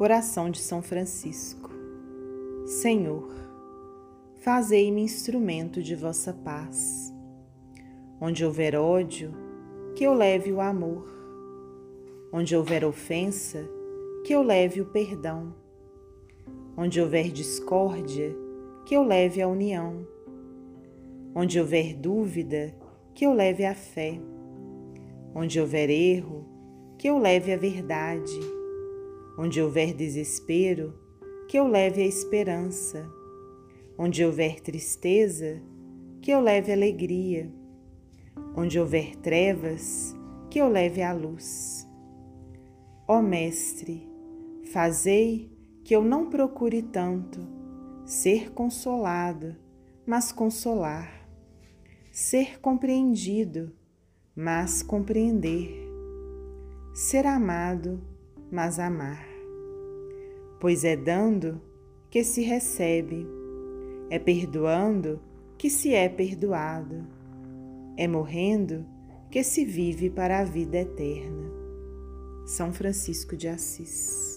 Oração de São Francisco. Senhor, fazei-me instrumento de vossa paz. Onde houver ódio, que eu leve o amor. Onde houver ofensa, que eu leve o perdão. Onde houver discórdia, que eu leve a união. Onde houver dúvida, que eu leve a fé. Onde houver erro, que eu leve a verdade. Onde houver desespero, que eu leve a esperança. Onde houver tristeza, que eu leve alegria. Onde houver trevas, que eu leve a luz. Ó Mestre, fazei que eu não procure tanto ser consolado, mas consolar. Ser compreendido, mas compreender. Ser amado, mas amar. Pois é dando que se recebe, é perdoando que se é perdoado, é morrendo que se vive para a vida eterna. São Francisco de Assis.